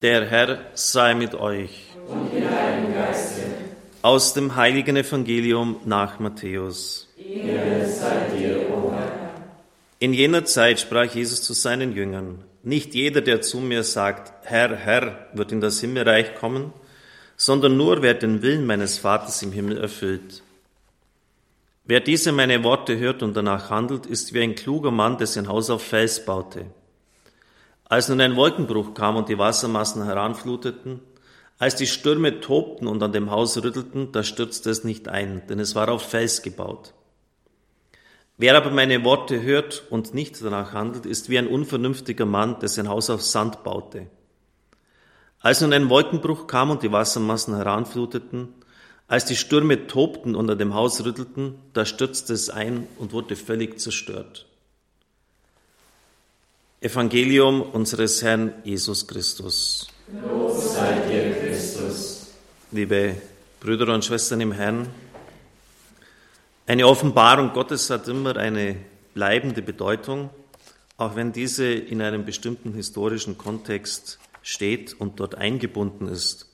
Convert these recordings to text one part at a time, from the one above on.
Der Herr sei mit euch. Und mit deinem Geiste. Aus dem heiligen Evangelium nach Matthäus. Ehre sei dir, o Herr. In jener Zeit sprach Jesus zu seinen Jüngern: Nicht jeder, der zu mir sagt, Herr, Herr, wird in das Himmelreich kommen, sondern nur wer den Willen meines Vaters im Himmel erfüllt. Wer diese meine Worte hört und danach handelt, ist wie ein kluger Mann, der sein Haus auf Fels baute. Als nun ein Wolkenbruch kam und die Wassermassen heranfluteten, als die Stürme tobten und an dem Haus rüttelten, da stürzte es nicht ein, denn es war auf Fels gebaut. Wer aber meine Worte hört und nicht danach handelt, ist wie ein unvernünftiger Mann, der sein Haus auf Sand baute. Als nun ein Wolkenbruch kam und die Wassermassen heranfluteten, als die Stürme tobten und an dem Haus rüttelten, da stürzte es ein und wurde völlig zerstört. Evangelium unseres Herrn Jesus Christus. Lob sei dir, Christus. Liebe Brüder und Schwestern im Herrn, eine Offenbarung Gottes hat immer eine bleibende Bedeutung, auch wenn diese in einem bestimmten historischen Kontext steht und dort eingebunden ist.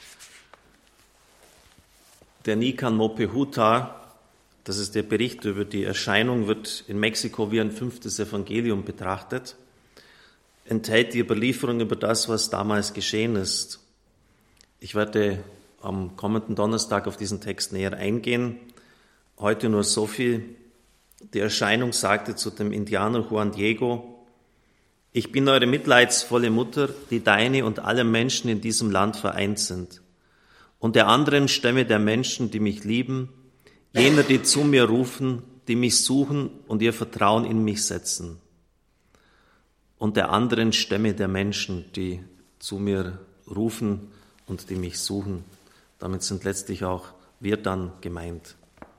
Der Nican Mopehuta, das ist der Bericht über die Erscheinung, wird in Mexiko wie ein 5. Evangelium betrachtet, enthält die Überlieferung über das, was damals geschehen ist. Ich werde am kommenden Donnerstag auf diesen Text näher eingehen. Heute nur so viel. Die Erscheinung sagte zu dem Indianer Juan Diego: Ich bin eure mitleidsvolle Mutter, die deine und alle Menschen in diesem Land vereint sind. Und der anderen Stämme der Menschen, die mich lieben, jener, die zu mir rufen, die mich suchen und ihr Vertrauen in mich setzen. Und der anderen Stämme der Menschen, die zu mir rufen und die mich suchen. Damit sind letztlich auch wir dann gemeint.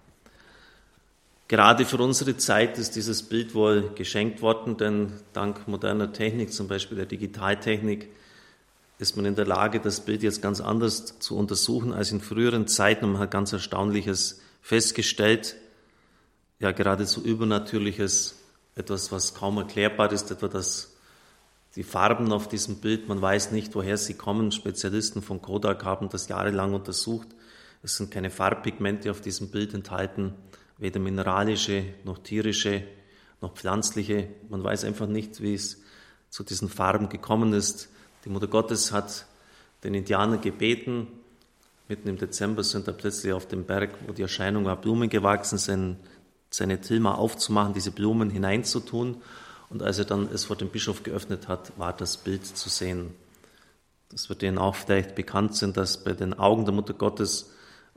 Gerade für unsere Zeit ist dieses Bild wohl geschenkt worden, denn dank moderner Technik, zum Beispiel der Digitaltechnik, ist man in der Lage, das Bild jetzt ganz anders zu untersuchen als in früheren Zeiten. Und man hat ganz Erstaunliches festgestellt, ja geradezu Übernatürliches, etwas, was kaum erklärbar ist, etwa die Farben auf diesem Bild, man weiß nicht, woher sie kommen. Spezialisten von Kodak haben das jahrelang untersucht. Es sind keine Farbpigmente auf diesem Bild enthalten, weder mineralische, noch tierische, noch pflanzliche. Man weiß einfach nicht, wie es zu diesen Farben gekommen ist. Die Mutter Gottes hat den Indianer gebeten, mitten im Dezember sind da plötzlich auf dem Berg, wo die Erscheinung war, Blumen gewachsen sind, seine Tilma aufzumachen, diese Blumen hineinzutun. Und als er dann es vor dem Bischof geöffnet hat, war das Bild zu sehen. Das wird Ihnen auch vielleicht bekannt sein, dass bei den Augen der Mutter Gottes,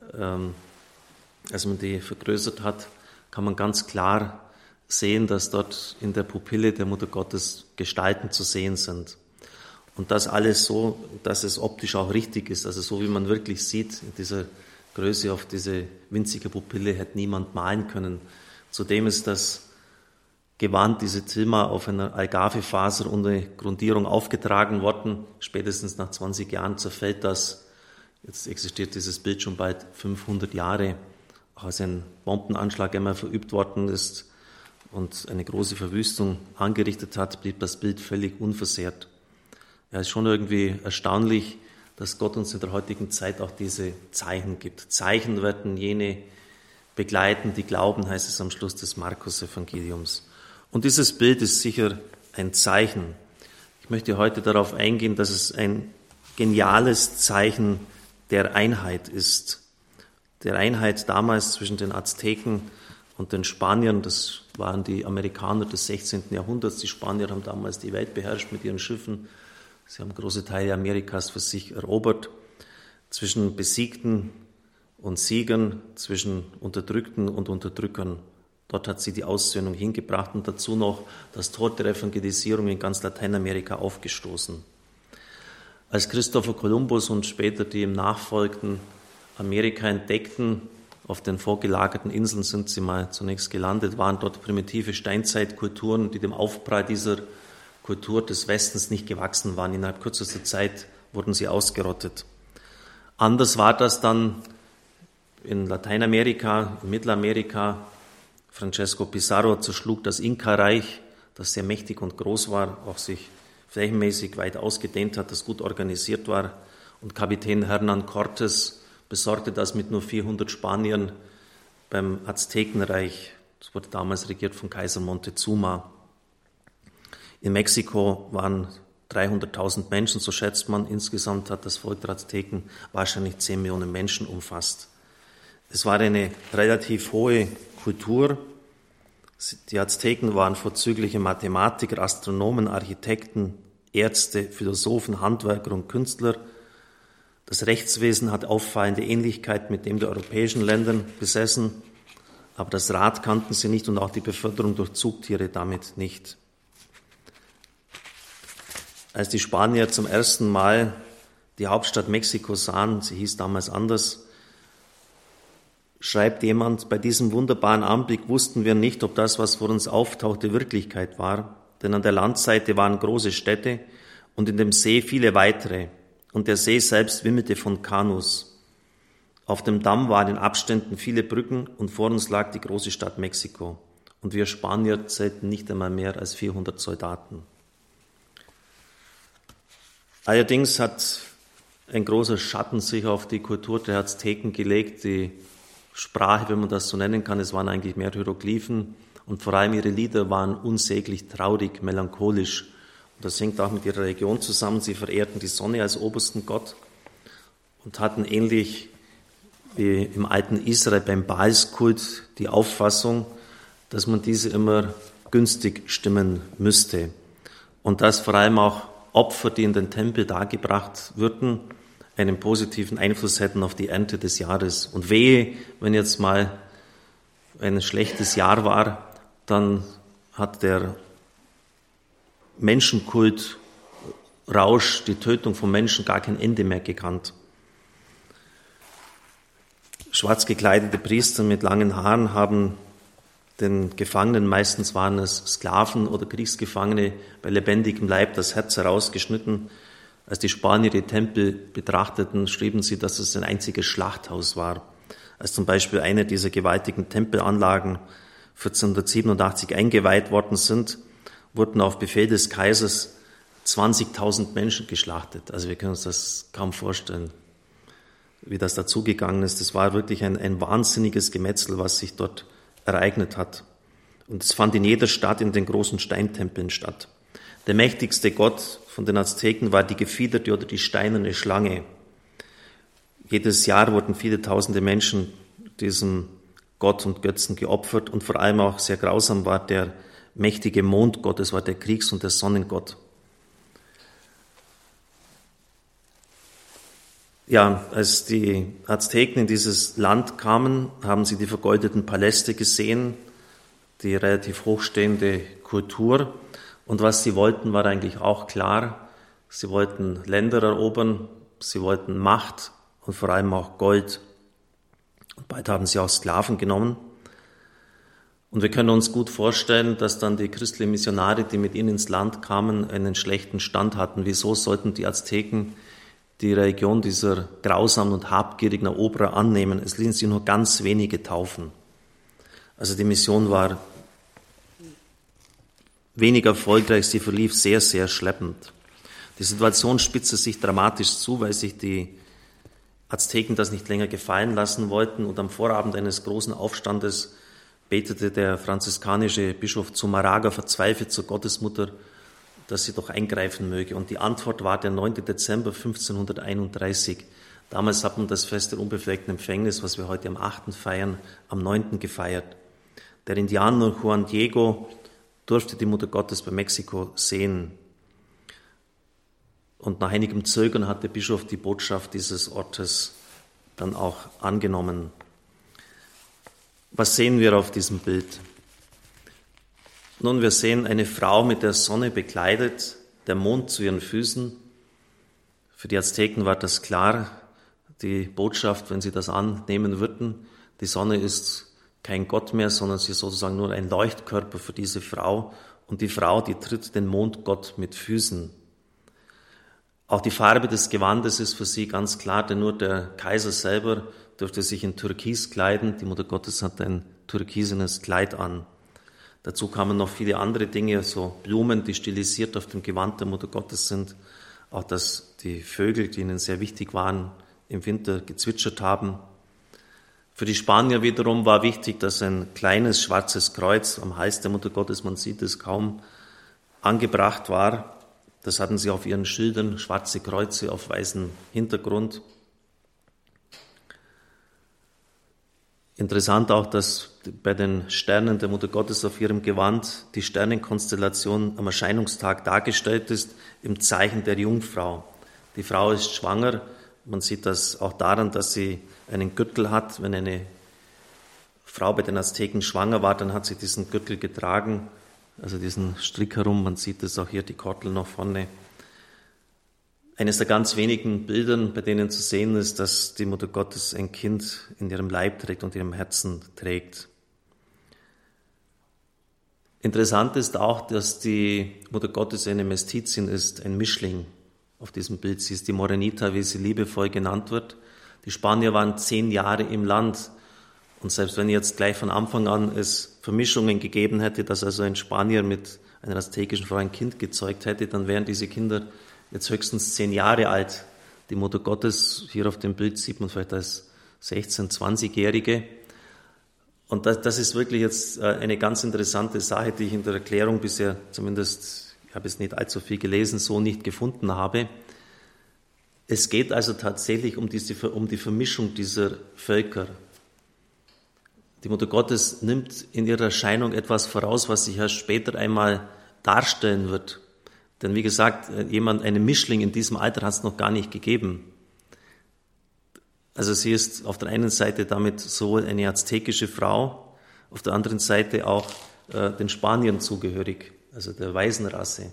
als man die vergrößert hat, kann man ganz klar sehen, dass dort in der Pupille der Mutter Gottes Gestalten zu sehen sind. Und das alles so, dass es optisch auch richtig ist, also so wie man wirklich sieht, in dieser Größe auf diese winzige Pupille hätte niemand malen können. Zudem ist das Gewand, diese Tilma, auf einer Agavefaser ohne Grundierung aufgetragen worden. Spätestens nach 20 Jahren zerfällt das. Jetzt existiert dieses Bild schon bald 500 Jahre. Auch als ein Bombenanschlag einmal verübt worden ist und eine große Verwüstung angerichtet hat, blieb das Bild völlig unversehrt. Ja, es ist schon irgendwie erstaunlich, dass Gott uns in der heutigen Zeit auch diese Zeichen gibt. Zeichen werden jene begleiten, die glauben, heißt es am Schluss des Markus-Evangeliums. Und dieses Bild ist sicher ein Zeichen. Ich möchte heute darauf eingehen, dass es ein geniales Zeichen der Einheit ist. Der Einheit damals zwischen den Azteken und den Spaniern. Das waren die Amerikaner des 16. Jahrhunderts. Die Spanier haben damals die Welt beherrscht mit ihren Schiffen. Sie haben große Teile Amerikas für sich erobert. Zwischen Besiegten und Siegern, zwischen Unterdrückten und Unterdrückern. Dort hat sie die Aussöhnung hingebracht und dazu noch das Tor der Evangelisierung in ganz Lateinamerika aufgestoßen. Als Christopher Columbus und später die ihm nachfolgten Amerika entdeckten, auf den vorgelagerten Inseln sind sie mal zunächst gelandet, waren dort primitive Steinzeitkulturen, die dem Aufprall dieser Kultur des Westens nicht gewachsen waren. Innerhalb kürzester Zeit wurden sie ausgerottet. Anders war das dann in Lateinamerika, in Mittelamerika. Francesco Pizarro zerschlug das Inka-Reich, das sehr mächtig und groß war, auch sich flächenmäßig weit ausgedehnt hat, das gut organisiert war. Und Kapitän Hernán Cortés besorgte das mit nur 400 Spaniern beim Aztekenreich. Das wurde damals regiert von Kaiser Montezuma. In Mexiko waren 300.000 Menschen, so schätzt man. Insgesamt hat das Volk der Azteken wahrscheinlich 10 Millionen Menschen umfasst. Es war eine relativ hohe Kultur. Die Azteken waren vorzügliche Mathematiker, Astronomen, Architekten, Ärzte, Philosophen, Handwerker und Künstler. Das Rechtswesen hat auffallende Ähnlichkeit mit dem der europäischen Länder besessen, aber das Rad kannten sie nicht und auch die Beförderung durch Zugtiere damit nicht. Als die Spanier zum ersten Mal die Hauptstadt Mexikos sahen, sie hieß damals anders, schreibt jemand, bei diesem wunderbaren Anblick wussten wir nicht, ob das, was vor uns auftauchte, Wirklichkeit war, denn an der Landseite waren große Städte und in dem See viele weitere, und der See selbst wimmelte von Kanus. Auf dem Damm waren in Abständen viele Brücken und vor uns lag die große Stadt Mexiko. Und wir Spanier zählten nicht einmal mehr als 400 Soldaten. Allerdings hat ein großer Schatten sich auf die Kultur der Azteken gelegt. Die Sprache, wenn man das so nennen kann, es waren eigentlich mehr Hieroglyphen und vor allem ihre Lieder waren unsäglich traurig, melancholisch. Und das hängt auch mit ihrer Religion zusammen. Sie verehrten die Sonne als obersten Gott und hatten ähnlich wie im alten Israel beim Baalskult die Auffassung, dass man diese immer günstig stimmen müsste. Und dass vor allem auch Opfer, die in den Tempel dargebracht würden, einen positiven Einfluss hätten auf die Ernte des Jahres. Und wehe, wenn jetzt mal ein schlechtes Jahr war, dann hat der Menschenkult, Rausch, die Tötung von Menschen gar kein Ende mehr gekannt. Schwarz gekleidete Priester mit langen Haaren haben den Gefangenen, meistens waren es Sklaven oder Kriegsgefangene, bei lebendigem Leib das Herz herausgeschnitten. Als die Spanier die Tempel betrachteten, schrieben sie, dass es ein einziges Schlachthaus war. Als zum Beispiel eine dieser gewaltigen Tempelanlagen 1487 eingeweiht worden sind, wurden auf Befehl des Kaisers 20.000 Menschen geschlachtet. Also wir können uns das kaum vorstellen, wie das dazugegangen ist. Das war wirklich ein wahnsinniges Gemetzel, was sich dort ereignet hat. Und es fand in jeder Stadt in den großen Steintempeln statt. Der mächtigste Gott von den Azteken war die gefiederte oder die steinerne Schlange. Jedes Jahr wurden viele tausende Menschen diesem Gott und Götzen geopfert und vor allem auch sehr grausam war der mächtige Mondgott, es war der Kriegs- und der Sonnengott. Ja, als die Azteken in dieses Land kamen, haben sie die vergoldeten Paläste gesehen, die relativ hochstehende Kultur. Und was sie wollten, war eigentlich auch klar. Sie wollten Länder erobern, sie wollten Macht und vor allem auch Gold. Und bald haben sie auch Sklaven genommen. Und wir können uns gut vorstellen, dass dann die christlichen Missionare, die mit ihnen ins Land kamen, einen schlechten Stand hatten. Wieso sollten die Azteken die Religion dieser grausamen und habgierigen Eroberer annehmen? Es ließen sich nur ganz wenige taufen. Also die Mission war wenig erfolgreich, sie verlief sehr, sehr schleppend. Die Situation spitzte sich dramatisch zu, weil sich die Azteken das nicht länger gefallen lassen wollten. Und am Vorabend eines großen Aufstandes betete der franziskanische Bischof Zumarraga verzweifelt zur Gottesmutter, dass sie doch eingreifen möge. Und die Antwort war der 9. Dezember 1531. Damals hat man das Fest der unbefleckten Empfängnis, was wir heute am 8. feiern, am 9. gefeiert. Der Indianer Juan Diego durfte die Mutter Gottes bei Mexiko sehen. Und nach einigem Zögern hat der Bischof die Botschaft dieses Ortes dann auch angenommen. Was sehen wir auf diesem Bild? Nun, wir sehen eine Frau mit der Sonne bekleidet, der Mond zu ihren Füßen. Für die Azteken war das klar, die Botschaft, wenn sie das annehmen würden. Die Sonne ist kein Gott mehr, sondern sie ist sozusagen nur ein Leuchtkörper für diese Frau. Und die Frau, die tritt den Mondgott mit Füßen. Auch die Farbe des Gewandes ist für sie ganz klar, denn nur der Kaiser selber dürfte sich in Türkis kleiden. Die Mutter Gottes hat ein türkisenes Kleid an. Dazu kamen noch viele andere Dinge, so Blumen, die stilisiert auf dem Gewand der Mutter Gottes sind. Auch, dass die Vögel, die ihnen sehr wichtig waren, im Winter gezwitschert haben. Für die Spanier wiederum war wichtig, dass ein kleines schwarzes Kreuz am Hals der Mutter Gottes, man sieht es kaum, angebracht war. Das hatten sie auf ihren Schildern, schwarze Kreuze auf weißem Hintergrund. Interessant auch, dass bei den Sternen der Mutter Gottes auf ihrem Gewand die Sternenkonstellation am Erscheinungstag dargestellt ist, im Zeichen der Jungfrau. Die Frau ist schwanger. Man sieht das auch daran, dass sie einen Gürtel hat. Wenn eine Frau bei den Azteken schwanger war, dann hat sie diesen Gürtel getragen, also diesen Strick herum. Man sieht es auch hier, die Kordel noch vorne. Eines der ganz wenigen Bildern, bei denen zu sehen ist, dass die Mutter Gottes ein Kind in ihrem Leib trägt und ihrem Herzen trägt. Interessant ist auch, dass die Mutter Gottes eine Mestizin ist, ein Mischling auf diesem Bild. Sie ist die Morenita, wie sie liebevoll genannt wird. Die Spanier waren 10 Jahre im Land. Und selbst wenn jetzt gleich von Anfang an es Vermischungen gegeben hätte, dass also ein Spanier mit einer aztekischen Frau ein Kind gezeugt hätte, dann wären diese Kinder jetzt höchstens 10 Jahre alt. Die Mutter Gottes, hier auf dem Bild sieht man vielleicht als 16-, 20-Jährige. Und das ist wirklich jetzt eine ganz interessante Sache, die ich in der Erklärung bisher, zumindest, ich habe es nicht allzu viel gelesen, so nicht gefunden habe. Es geht also tatsächlich um die Vermischung dieser Völker. Die Mutter Gottes nimmt in ihrer Erscheinung etwas voraus, was sich erst später einmal darstellen wird. Denn wie gesagt, einen Mischling in diesem Alter hat es noch gar nicht gegeben. Also sie ist auf der einen Seite damit sowohl eine aztekische Frau, auf der anderen Seite auch den Spaniern zugehörig, also der Waisenrasse.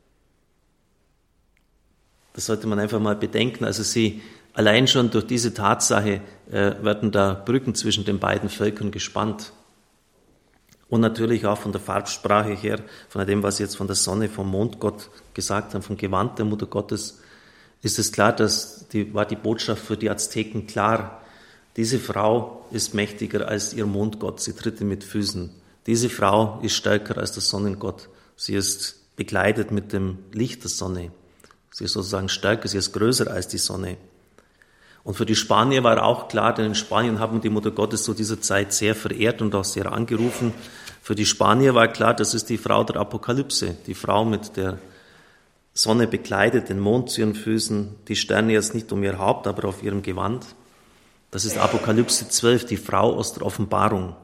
Das sollte man einfach mal bedenken. Also sie allein schon durch diese Tatsache werden da Brücken zwischen den beiden Völkern gespannt. Und natürlich auch von der Farbsprache her, von dem, was jetzt von der Sonne, vom Mondgott gesagt haben, vom Gewand der Mutter Gottes, ist es klar, war die Botschaft für die Azteken klar. Diese Frau ist mächtiger als ihr Mondgott, sie tritt ihm mit Füßen. Diese Frau ist stärker als der Sonnengott. Sie ist bekleidet mit dem Licht der Sonne. Sie ist sozusagen stärker, sie ist größer als die Sonne. Und für die Spanier war auch klar, denn in Spanien haben die Mutter Gottes zu dieser Zeit sehr verehrt und auch sehr angerufen. Für die Spanier war klar, das ist die Frau der Apokalypse, die Frau mit der Sonne bekleidet, den Mond zu ihren Füßen, die Sterne jetzt nicht um ihr Haupt, aber auf ihrem Gewand. Das ist Apokalypse 12, die Frau aus der Offenbarung.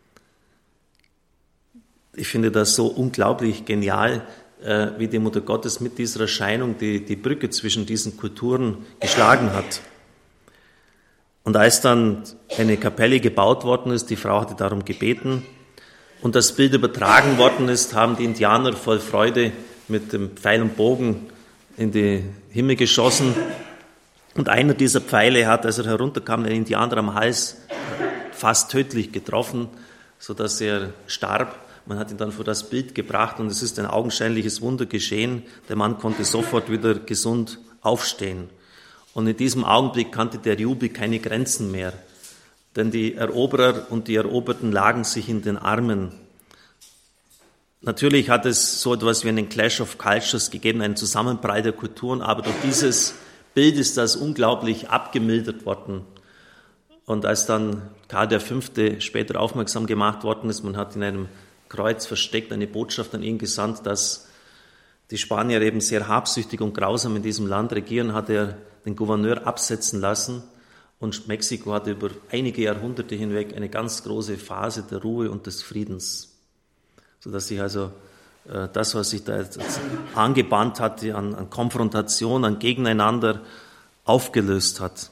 Ich finde das so unglaublich genial, wie die Mutter Gottes mit dieser Erscheinung die Brücke zwischen diesen Kulturen geschlagen hat. Und als dann eine Kapelle gebaut worden ist, die Frau hatte darum gebeten, und das Bild übertragen worden ist, haben die Indianer voll Freude mit dem Pfeil und Bogen in die Himmel geschossen. Und einer dieser Pfeile hat, als er herunterkam, einen Indianer am Hals fast tödlich getroffen, sodass er starb. Man hat ihn dann vor das Bild gebracht und es ist ein augenscheinliches Wunder geschehen. Der Mann konnte sofort wieder gesund aufstehen. Und in diesem Augenblick kannte der Jubel keine Grenzen mehr. Denn die Eroberer und die Eroberten lagen sich in den Armen. Natürlich hat es so etwas wie einen Clash of Cultures gegeben, einen Zusammenprall der Kulturen, aber durch dieses Bild ist das unglaublich abgemildert worden. Und als dann Karl V. später aufmerksam gemacht worden ist, man hat in einem Kreuz versteckt eine Botschaft an ihn gesandt, dass die Spanier eben sehr habsüchtig und grausam in diesem Land regieren, hat er den Gouverneur absetzen lassen. Und Mexiko hatte über einige Jahrhunderte hinweg eine ganz große Phase der Ruhe und des Friedens, sodass sich also das, was sich da jetzt angebahnt hatte an Konfrontation, an Gegeneinander, aufgelöst hat.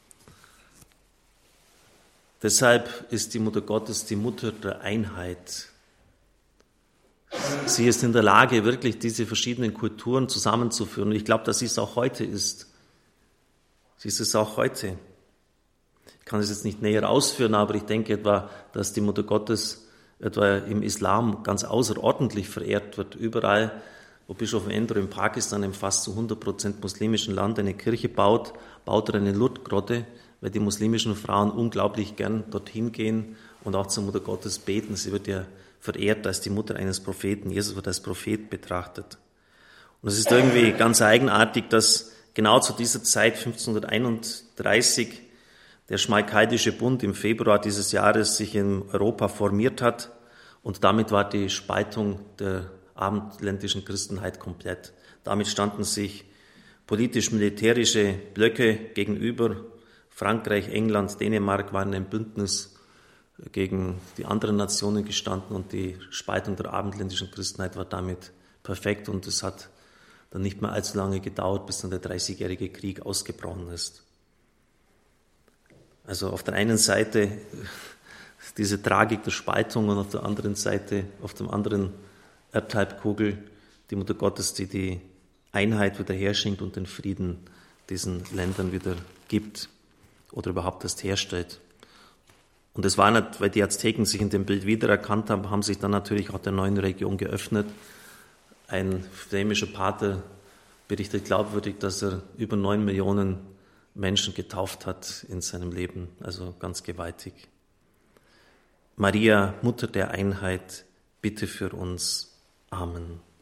Deshalb ist die Mutter Gottes die Mutter der Einheit. Sie ist in der Lage, wirklich diese verschiedenen Kulturen zusammenzuführen. Und ich glaube, dass sie es auch heute ist. Sie ist es auch heute. Ich kann es jetzt nicht näher ausführen, aber ich denke etwa, dass die Mutter Gottes etwa im Islam ganz außerordentlich verehrt wird. Überall, wo Bischof Endro in Pakistan, im fast zu 100% muslimischen Land, eine Kirche baut, baut er eine Lourdes-Grotte, weil die muslimischen Frauen unglaublich gern dorthin gehen und auch zur Mutter Gottes beten. Sie wird ja verehrt als die Mutter eines Propheten. Jesus wird als Prophet betrachtet. Und es ist irgendwie ganz eigenartig, dass genau zu dieser Zeit, 1531, der Schmalkaldische Bund im Februar dieses Jahres sich in Europa formiert hat. Und damit war die Spaltung der abendländischen Christenheit komplett. Damit standen sich politisch-militärische Blöcke gegenüber. Frankreich, England, Dänemark waren im Bündnis gegen die anderen Nationen gestanden und die Spaltung der abendländischen Christenheit war damit perfekt und es hat dann nicht mehr allzu lange gedauert, bis dann der 30-jährige Krieg ausgebrochen ist. Also auf der einen Seite diese Tragik der Spaltung und auf der anderen Seite, auf dem anderen Erdhalbkugel, die Mutter Gottes, die die Einheit wieder herschenkt und den Frieden diesen Ländern wieder gibt oder überhaupt erst herstellt. Und es war nicht, weil die Azteken sich in dem Bild wiedererkannt haben, haben sich dann natürlich auch der neuen Region geöffnet. Ein flämischer Pater berichtet glaubwürdig, dass er über 9 Millionen Menschen getauft hat in seinem Leben, also ganz gewaltig. Maria, Mutter der Einheit, bitte für uns. Amen.